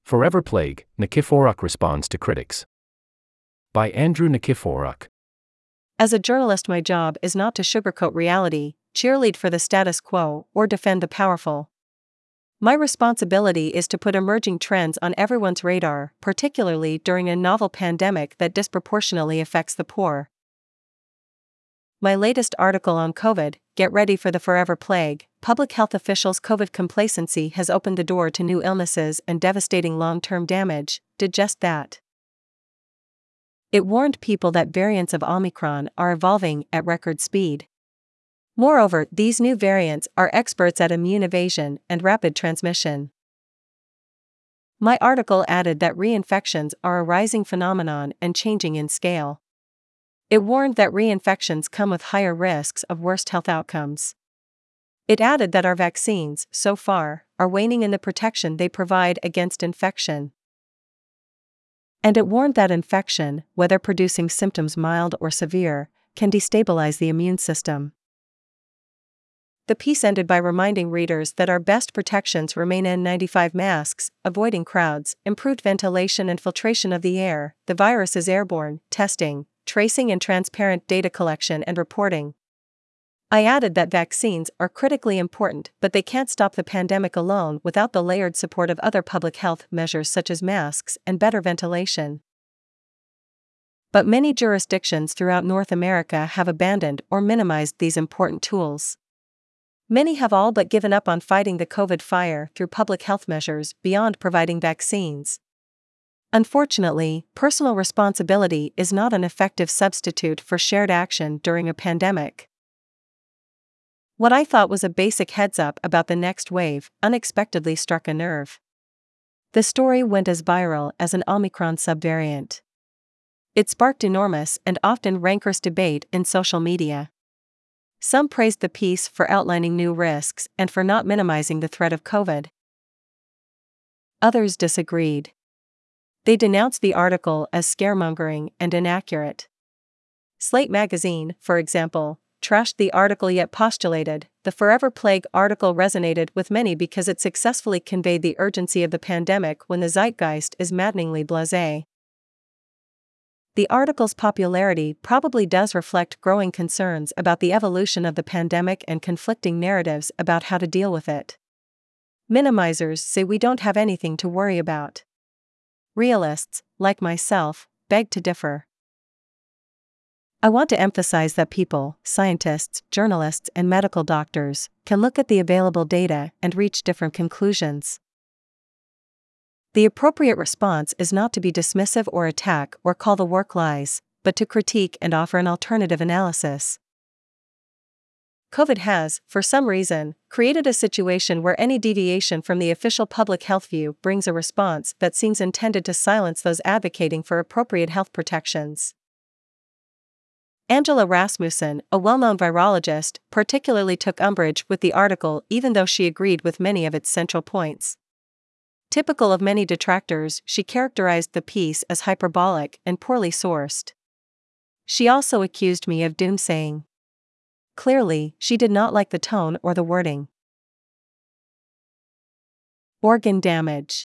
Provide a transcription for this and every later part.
Forever Plague, Nikiforuk responds to critics. By Andrew Nikiforuk. As a journalist, my job is not to sugarcoat reality, cheerlead for the status quo, or defend the powerful. My responsibility is to put emerging trends on everyone's radar, particularly during a novel pandemic that disproportionately affects the poor. My latest article on COVID, Get Ready for the Forever Plague, Public Health Officials' COVID complacency has opened the door to new illnesses and devastating long-term damage, did just that. It warned people that variants of Omicron are evolving at record speed. Moreover, these new variants are experts at immune evasion and rapid transmission. My article added that reinfections are a rising phenomenon and changing in scale. It warned that reinfections come with higher risks of worse health outcomes. It added that our vaccines, so far, are waning in the protection they provide against infection. And it warned that infection, whether producing symptoms mild or severe, can destabilize the immune system. The piece ended by reminding readers that our best protections remain N95 masks, avoiding crowds, improved ventilation and filtration of the air, the virus is airborne, testing, tracing and transparent data collection and reporting. I added that vaccines are critically important, but they can't stop the pandemic alone without the layered support of other public health measures such as masks and better ventilation. But many jurisdictions throughout North America have abandoned or minimized these important tools. Many have all but given up on fighting the COVID fire through public health measures beyond providing vaccines. Unfortunately, personal responsibility is not an effective substitute for shared action during a pandemic. What I thought was a basic heads-up about the next wave unexpectedly struck a nerve. The story went as viral as an Omicron subvariant. It sparked enormous and often rancorous debate in social media. Some praised the piece for outlining new risks and for not minimizing the threat of COVID. Others disagreed. They denounced the article as scaremongering and inaccurate. Slate magazine, for example, trashed the article yet postulated, the Forever Plague article resonated with many because it successfully conveyed the urgency of the pandemic when the zeitgeist is maddeningly blasé. The article's popularity probably does reflect growing concerns about the evolution of the pandemic and conflicting narratives about how to deal with it. Minimizers say we don't have anything to worry about. Realists, like myself, beg to differ. I want to emphasize that people, scientists, journalists, and medical doctors, can look at the available data and reach different conclusions. The appropriate response is not to be dismissive or attack or call the work lies, but to critique and offer an alternative analysis. COVID has, for some reason, created a situation where any deviation from the official public health view brings a response that seems intended to silence those advocating for appropriate health protections. Angela Rasmussen, a well-known virologist, particularly took umbrage with the article even though she agreed with many of its central points. Typical of many detractors, she characterized the piece as hyperbolic and poorly sourced. She also accused me of doomsaying. Clearly, she did not like the tone or the wording. Organ damage.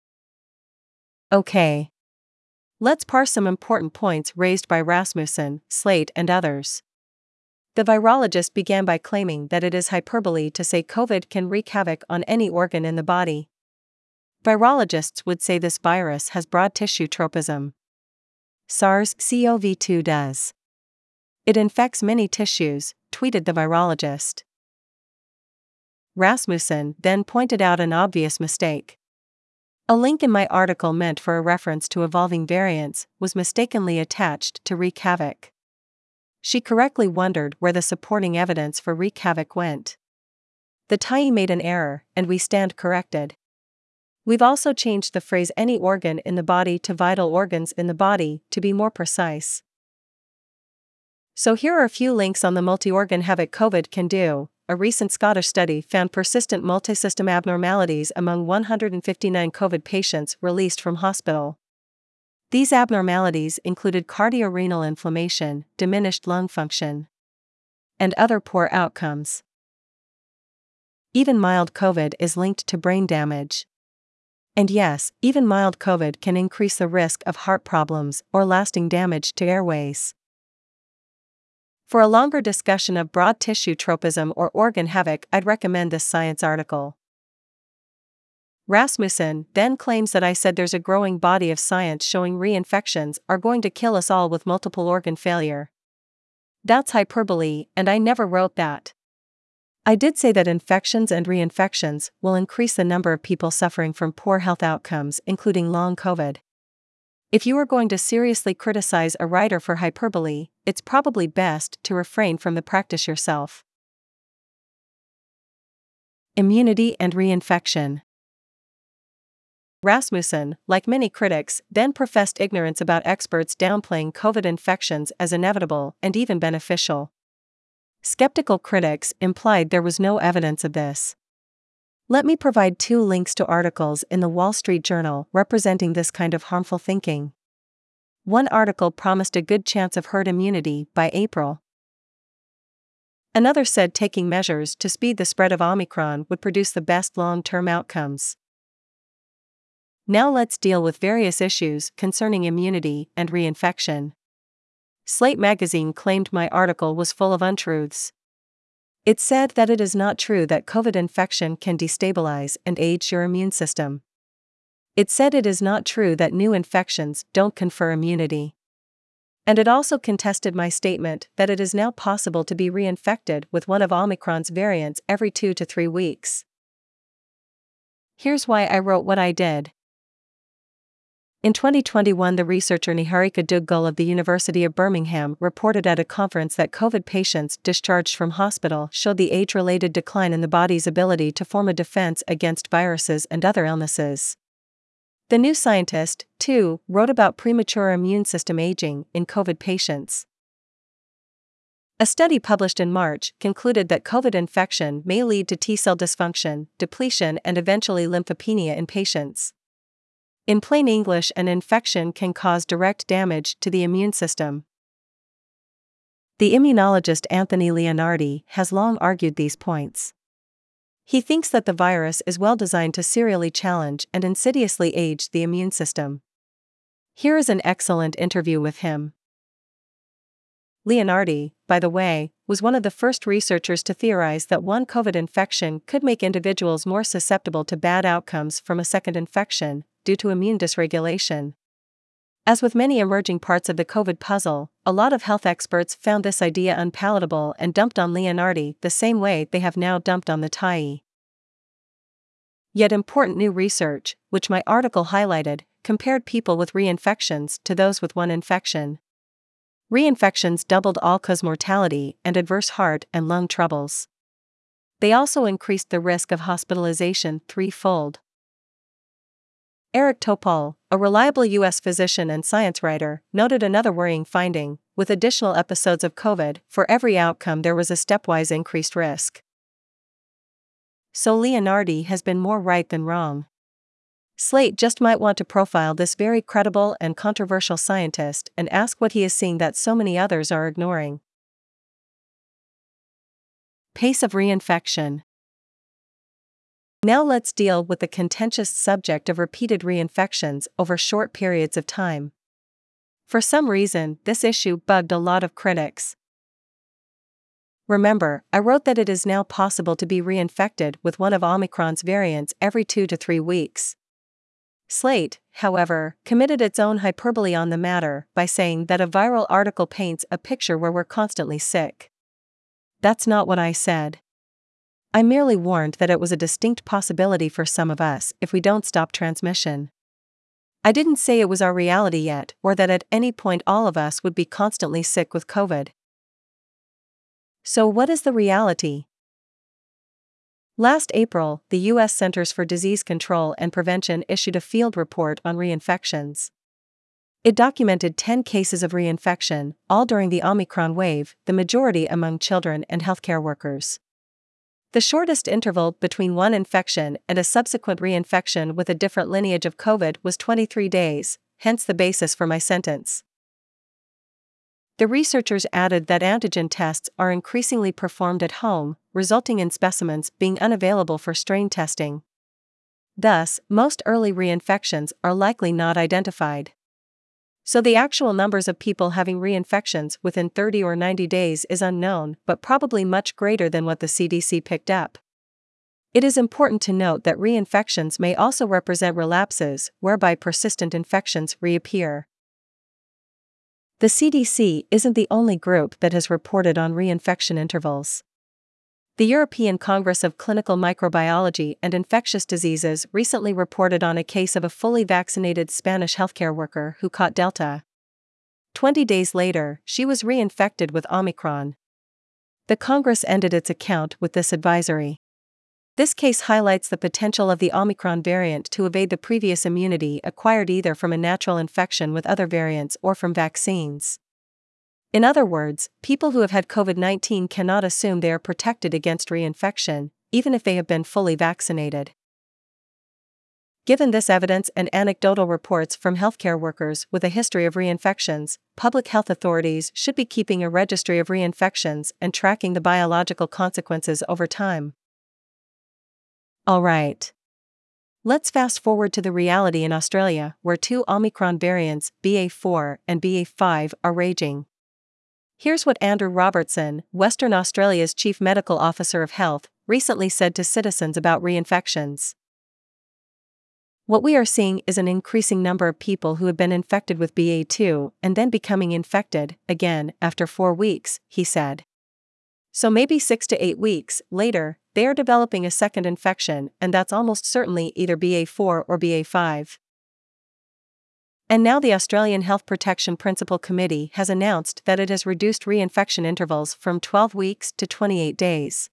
Okay. Let's parse some important points raised by Rasmussen, Slate, and others. The virologist began by claiming that it is hyperbole to say COVID can wreak havoc on any organ in the body. Virologists would say this virus has broad tissue tropism. SARS-CoV-2 does. It infects many tissues, tweeted the virologist. Rasmussen then pointed out an obvious mistake. A link in my article meant for a reference to evolving variants was mistakenly attached to wreak havoc. She correctly wondered where the supporting evidence for wreak havoc went. The tyee made an error, and we stand corrected. We've also changed the phrase any organ in the body to vital organs in the body, to be more precise. So here are a few links on the multi-organ havoc COVID can do. A recent Scottish study found persistent multisystem abnormalities among 159 COVID patients released from hospital. These abnormalities included cardiorenal inflammation, diminished lung function, and other poor outcomes. Even mild COVID is linked to brain damage. And yes, even mild COVID can increase the risk of heart problems or lasting damage to airways. For a longer discussion of broad tissue tropism or organ havoc, I'd recommend this Science article. Rasmussen then claims that I said there's a growing body of science showing reinfections are going to kill us all with multiple organ failure. That's hyperbole, and I never wrote that. I did say that infections and reinfections will increase the number of people suffering from poor health outcomes, including long COVID. If you are going to seriously criticize a writer for hyperbole, it's probably best to refrain from the practice yourself. Immunity and reinfection. Rasmussen, like many critics, then professed ignorance about experts downplaying COVID infections as inevitable and even beneficial. Skeptical critics implied there was no evidence of this. Let me provide 2 links to articles in the Wall Street Journal representing this kind of harmful thinking. One article promised a good chance of herd immunity by April. Another said taking measures to speed the spread of Omicron would produce the best long-term outcomes. Now let's deal with various issues concerning immunity and reinfection. Slate magazine claimed my article was full of untruths. It said that it is not true that COVID infection can destabilize and age your immune system. It said it is not true that new infections don't confer immunity. And it also contested my statement that it is now possible to be reinfected with one of Omicron's variants every 2 to 3 weeks. Here's why I wrote what I did. In 2021, the researcher Niharika Duggal of the University of Birmingham reported at a conference that COVID patients discharged from hospital showed the age-related decline in the body's ability to form a defense against viruses and other illnesses. The New Scientist, too, wrote about premature immune system aging in COVID patients. A study published in March concluded that COVID infection may lead to T-cell dysfunction, depletion, and eventually lymphopenia in patients. In plain English, an infection can cause direct damage to the immune system. The immunologist Anthony Leonardi has long argued these points. He thinks that the virus is well designed to serially challenge and insidiously age the immune system. Here is an excellent interview with him. Leonardi, by the way, was one of the first researchers to theorize that one COVID infection could make individuals more susceptible to bad outcomes from a second infection, due to immune dysregulation. As with many emerging parts of the COVID puzzle, a lot of health experts found this idea unpalatable and dumped on Leonardi the same way they have now dumped on the TAI. Yet important new research, which my article highlighted, compared people with reinfections to those with one infection. Reinfections doubled all-cause mortality and adverse heart and lung troubles. They also increased the risk of hospitalization 3-fold. Eric Topol, a reliable U.S. physician and science writer, noted another worrying finding: with additional episodes of COVID, for every outcome there was a stepwise increased risk. So Leonardi has been more right than wrong. Slate just might want to profile this very credible and controversial scientist and ask what he is seeing that so many others are ignoring. Pace of reinfection. Now let's deal with the contentious subject of repeated reinfections over short periods of time. For some reason, this issue bugged a lot of critics. Remember, I wrote that it is now possible to be reinfected with one of Omicron's variants every 2 to 3 weeks. Slate, however, committed its own hyperbole on the matter by saying that a viral article paints a picture where we're constantly sick. That's not what I said. I merely warned that it was a distinct possibility for some of us if we don't stop transmission. I didn't say it was our reality yet, or that at any point all of us would be constantly sick with COVID. So what is the reality? Last April, the U.S. Centers for Disease Control and Prevention issued a field report on reinfections. It documented 10 cases of reinfection, all during the Omicron wave, the majority among children and healthcare workers. The shortest interval between one infection and a subsequent reinfection with a different lineage of COVID was 23 days, hence the basis for my sentence. The researchers added that antigen tests are increasingly performed at home, resulting in specimens being unavailable for strain testing. Thus, most early reinfections are likely not identified. So the actual numbers of people having reinfections within 30 or 90 days is unknown, but probably much greater than what the CDC picked up. It is important to note that reinfections may also represent relapses, whereby persistent infections reappear. The CDC isn't the only group that has reported on reinfection intervals. The European Congress of Clinical Microbiology and Infectious Diseases recently reported on a case of a fully vaccinated Spanish healthcare worker who caught Delta. 20 days later, she was reinfected with Omicron. The Congress ended its account with this advisory. This case highlights the potential of the Omicron variant to evade the previous immunity acquired either from a natural infection with other variants or from vaccines. In other words, people who have had COVID-19 cannot assume they are protected against reinfection, even if they have been fully vaccinated. Given this evidence and anecdotal reports from healthcare workers with a history of reinfections, public health authorities should be keeping a registry of reinfections and tracking the biological consequences over time. Alright. Let's fast forward to the reality in Australia, where two Omicron variants, BA4 and BA5, are raging. Here's what Andrew Robertson, Western Australia's Chief Medical Officer of Health, recently said to citizens about reinfections. What we are seeing is an increasing number of people who have been infected with BA2 and then becoming infected again after 4 weeks, he said. So maybe 6 to 8 weeks later, they are developing a second infection, and that's almost certainly either BA4 or BA5. And now the Australian Health Protection Principal Committee has announced that it has reduced reinfection intervals from 12 weeks to 28 days.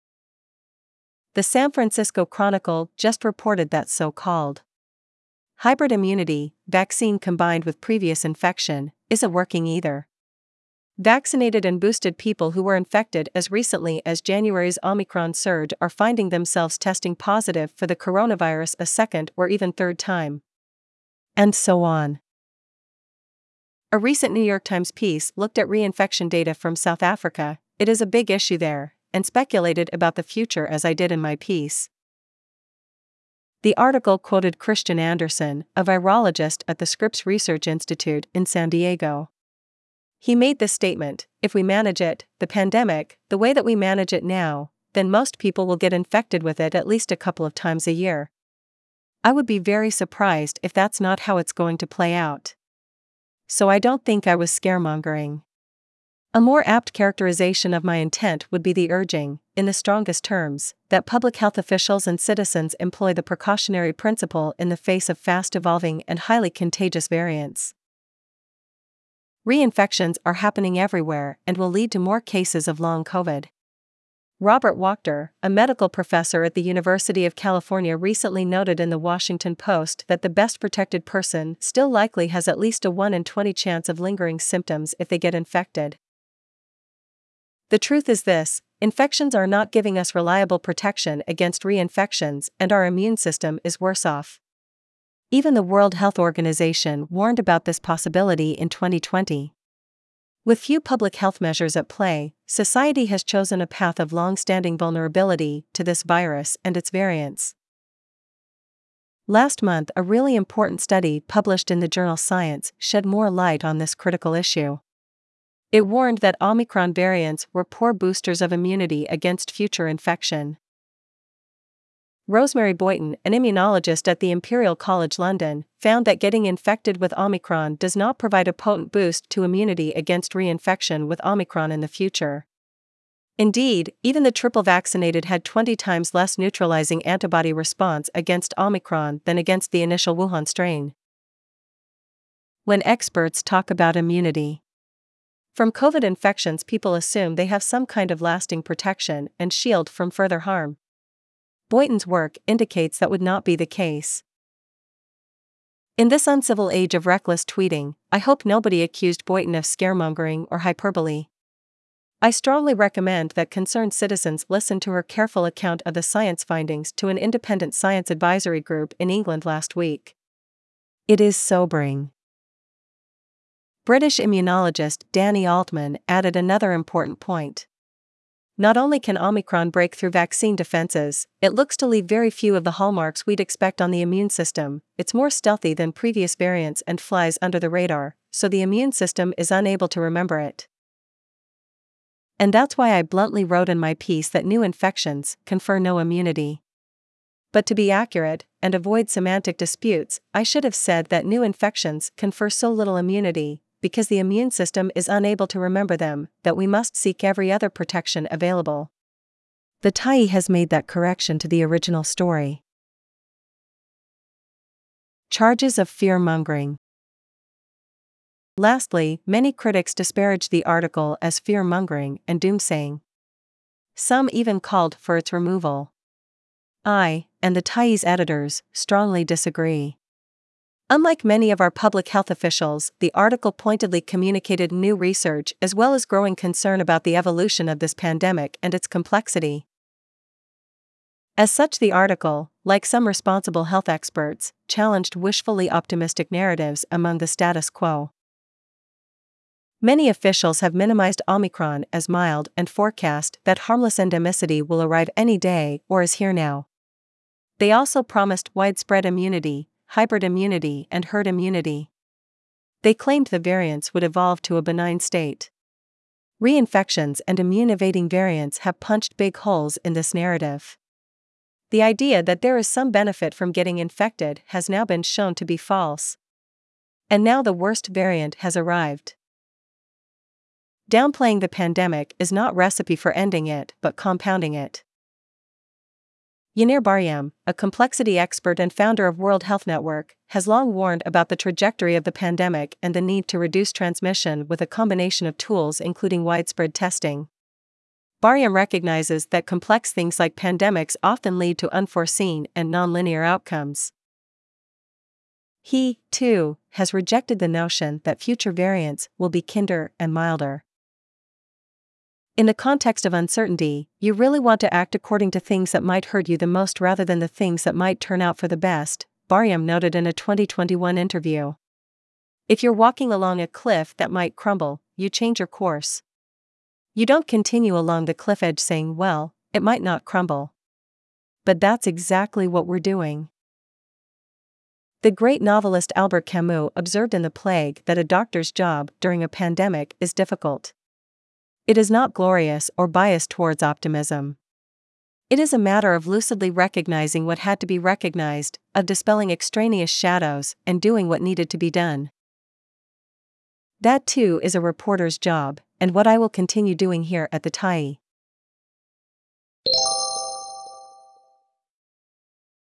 The San Francisco Chronicle just reported that so-called hybrid immunity, vaccine combined with previous infection, isn't working either. Vaccinated and boosted people who were infected as recently as January's Omicron surge are finding themselves testing positive for the coronavirus a second or even third time. And so on. A recent New York Times piece looked at reinfection data from South Africa. It is a big issue there, and speculated about the future as I did in my piece. The article quoted Christian Anderson, a virologist at the Scripps Research Institute in San Diego. He made this statement: if we manage it, the pandemic, the way that we manage it now, then most people will get infected with it at least a couple of times a year. I would be very surprised if that's not how it's going to play out. So I don't think I was scaremongering. A more apt characterization of my intent would be the urging, in the strongest terms, that public health officials and citizens employ the precautionary principle in the face of fast-evolving and highly contagious variants. Reinfections are happening everywhere and will lead to more cases of long COVID. Robert Wachter, a medical professor at the University of California, recently noted in the Washington Post that the best protected person still likely has at least a 1 in 20 chance of lingering symptoms if they get infected. The truth is this: infections are not giving us reliable protection against reinfections, and our immune system is worse off. Even the World Health Organization warned about this possibility in 2020. With few public health measures at play, society has chosen a path of long-standing vulnerability to this virus and its variants. Last month, a really important study published in the journal Science shed more light on this critical issue. It warned that Omicron variants were poor boosters of immunity against future infection. Rosemary Boyton, an immunologist at the Imperial College London, found that getting infected with Omicron does not provide a potent boost to immunity against reinfection with Omicron in the future. Indeed, even the triple vaccinated had 20 times less neutralizing antibody response against Omicron than against the initial Wuhan strain. When experts talk about immunity from COVID infections, people assume they have some kind of lasting protection and shield from further harm. Boyton's work indicates that would not be the case. In this uncivil age of reckless tweeting, I hope nobody accused Boyton of scaremongering or hyperbole. I strongly recommend that concerned citizens listen to her careful account of the science findings to an independent science advisory group in England last week. It is sobering. British immunologist Danny Altman added another important point. Not only can Omicron break through vaccine defenses, it looks to leave very few of the hallmarks we'd expect on the immune system. It's more stealthy than previous variants and flies under the radar, so the immune system is unable to remember it. And that's why I bluntly wrote in my piece that new infections confer no immunity. But to be accurate, and avoid semantic disputes, I should have said that new infections confer so little immunity, because the immune system is unable to remember them, that we must seek every other protection available. The Tyee has made that correction to the original story. Charges of fear-mongering. Lastly, many critics disparaged the article as fear-mongering and doomsaying. Some even called for its removal. I, and the Tyee's editors, strongly disagree. Unlike many of our public health officials, the article pointedly communicated new research as well as growing concern about the evolution of this pandemic and its complexity. As such, the article, like some responsible health experts, challenged wishfully optimistic narratives among the status quo. Many officials have minimized Omicron as mild and forecast that harmless endemicity will arrive any day or is here now. They also promised widespread immunity, hybrid immunity, and herd immunity. They claimed the variants would evolve to a benign state. Reinfections and immune-evading variants have punched big holes in this narrative. The idea that there is some benefit from getting infected has now been shown to be false. And now the worst variant has arrived. Downplaying the pandemic is not a recipe for ending it but compounding it. Yaneer Bar-Yam, a complexity expert and founder of World Health Network, has long warned about the trajectory of the pandemic and the need to reduce transmission with a combination of tools including widespread testing. Bar-Yam recognizes that complex things like pandemics often lead to unforeseen and nonlinear outcomes. He, too, has rejected the notion that future variants will be kinder and milder. In the context of uncertainty, you really want to act according to things that might hurt you the most rather than the things that might turn out for the best, Bar-Yam noted in a 2021 interview. If you're walking along a cliff that might crumble, you change your course. You don't continue along the cliff edge saying, well, it might not crumble. But that's exactly what we're doing. The great novelist Albert Camus observed in The Plague that a doctor's job during a pandemic is difficult. It is not glorious or biased towards optimism. It is a matter of lucidly recognizing what had to be recognized, of dispelling extraneous shadows, and doing what needed to be done. That too is a reporter's job, and what I will continue doing here at the Tyee.